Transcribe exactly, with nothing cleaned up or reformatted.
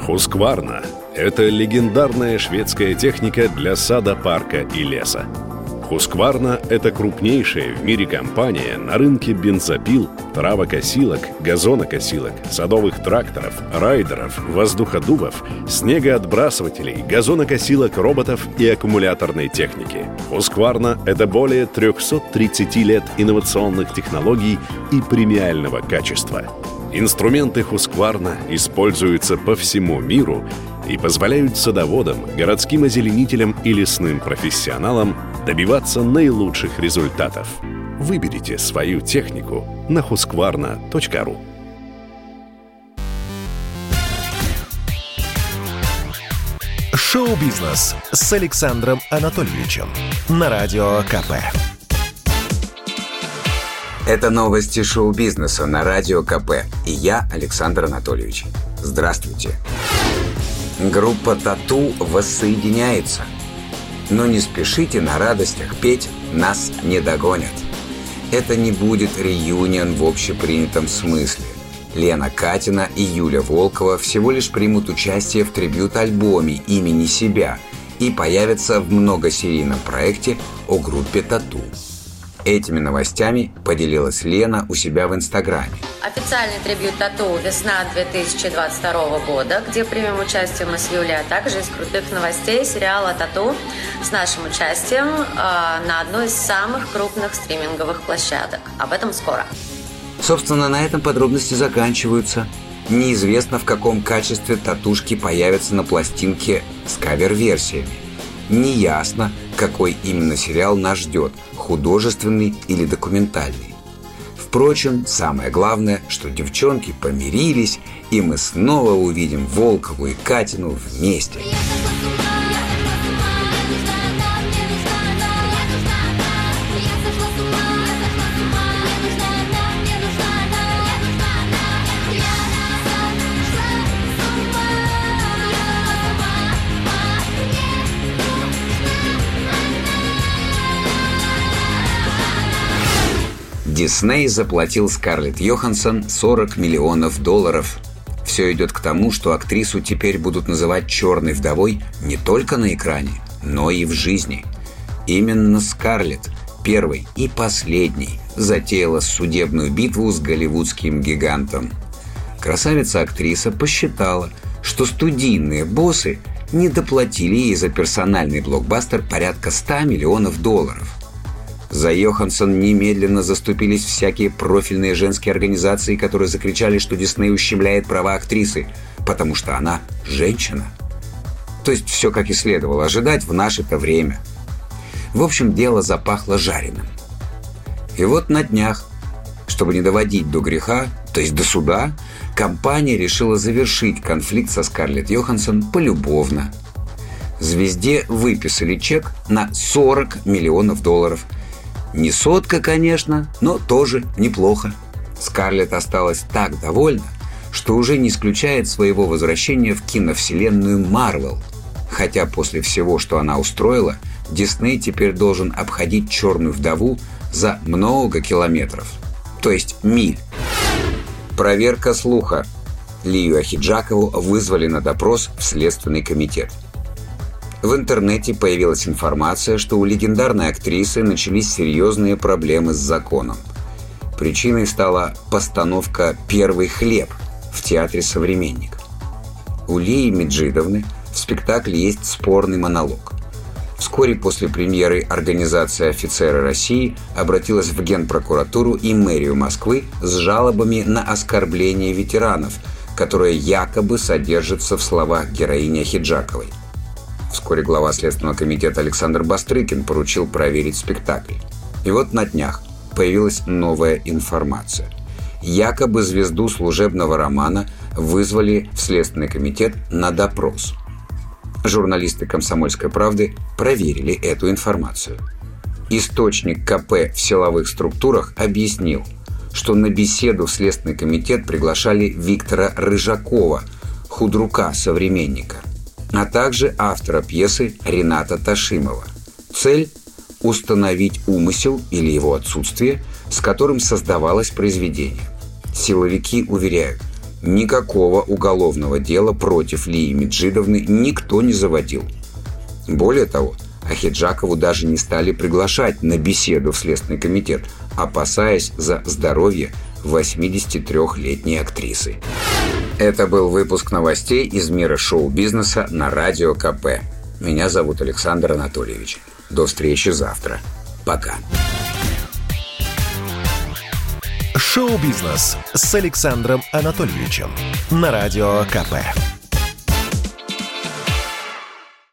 Husqvarna – это легендарная шведская техника для сада, парка и леса. Husqvarna – это крупнейшая в мире компания на рынке бензопил, травокосилок, газонокосилок, садовых тракторов, райдеров, воздуходувов, снегоотбрасывателей, газонокосилок, роботов и аккумуляторной техники. Husqvarna – это более триста тридцать лет инновационных технологий и премиального качества. Инструменты Husqvarna используются по всему миру и позволяют садоводам, городским озеленителям и лесным профессионалам добиваться наилучших результатов. Выберите свою технику на хускварна точка ру. Шоу-бизнес с Александром Анатольевичем на Радио КП. Это новости шоу-бизнеса на Радио КП. И я, Александр Анатольевич. Здравствуйте. Группа «Тату» воссоединяется. Но не спешите на радостях петь, нас не догонят. Это не будет реюнион в общепринятом смысле. Лена Катина и Юля Волкова всего лишь примут участие в трибьют-альбоме имени себя и появятся в многосерийном проекте о группе «Тату». Этими новостями поделилась Лена у себя в Инстаграме. Официальный трибьют «Тату» весна две тысячи двадцать второго года, где примем участие мы с Юлей, а также из крутых новостей сериала «Тату» с нашим участием э, на одной из самых крупных стриминговых площадок. Об этом скоро. Собственно, на этом подробности заканчиваются. Неизвестно, в каком качестве татушки появятся на пластинке с кавер-версиями. Неясно, какой именно сериал нас ждет – художественный или документальный. Впрочем, самое главное, что девчонки помирились, и мы снова увидим Волкову и Катину вместе. Дисней заплатил Скарлетт Йоханссон сорок миллионов долларов. Все идет к тому, что актрису теперь будут называть «черной вдовой» не только на экране, но и в жизни. Именно Скарлетт, первой и последней, затеяла судебную битву с голливудским гигантом. Красавица-актриса посчитала, что студийные боссы не доплатили ей за персональный блокбастер порядка ста миллионов долларов. За Йоханссон немедленно заступились всякие профильные женские организации, которые закричали, что Дисней ущемляет права актрисы, потому что она женщина. То есть все как и следовало ожидать в наше-то время. В общем, дело запахло жареным. И вот на днях, чтобы не доводить до греха, то есть до суда, компания решила завершить конфликт со Скарлетт Йоханссон полюбовно. Звезде выписали чек на сорок миллионов долларов. Не сотка, конечно, но тоже неплохо. Скарлетт осталась так довольна, что уже не исключает своего возвращения в киновселенную Марвел. Хотя после всего, что она устроила, Дисней теперь должен обходить «Черную вдову» за много километров. То есть миль. Проверка слуха. Лию Ахеджакову вызвали на допрос в Следственный комитет. В интернете появилась информация, что у легендарной актрисы начались серьезные проблемы с законом. Причиной стала постановка «Первый хлеб» в театре «Современник». У Лии Меджидовны в спектакле есть спорный монолог. Вскоре после премьеры организация «Офицеры России» обратилась в Генпрокуратуру и мэрию Москвы с жалобами на оскорбление ветеранов, которое якобы содержится в словах героини Ахеджаковой. Вскоре глава Следственного комитета Александр Бастрыкин поручил проверить спектакль. И вот на днях появилась новая информация. Якобы звезду служебного романа вызвали в Следственный комитет на допрос. Журналисты «Комсомольской правды» проверили эту информацию. Источник ка пэ в силовых структурах объяснил, что на беседу в Следственный комитет приглашали Виктора Рыжакова, худрука «Современника», а также автора пьесы Рената Ташимова. Цель – установить умысел или его отсутствие, с которым создавалось произведение. Силовики уверяют, Никакого уголовного дела против Лии Меджидовны никто не заводил. Более того, Ахеджакову даже не стали приглашать на беседу в Следственный комитет, опасаясь за здоровье восьмидесятитрёхлетней актрисы. Это был выпуск новостей из мира шоу-бизнеса на Радио КП. Меня зовут Александр Анатольевич. До встречи завтра. Пока. Шоу-бизнес с Александром Анатольевичем на Радио КП.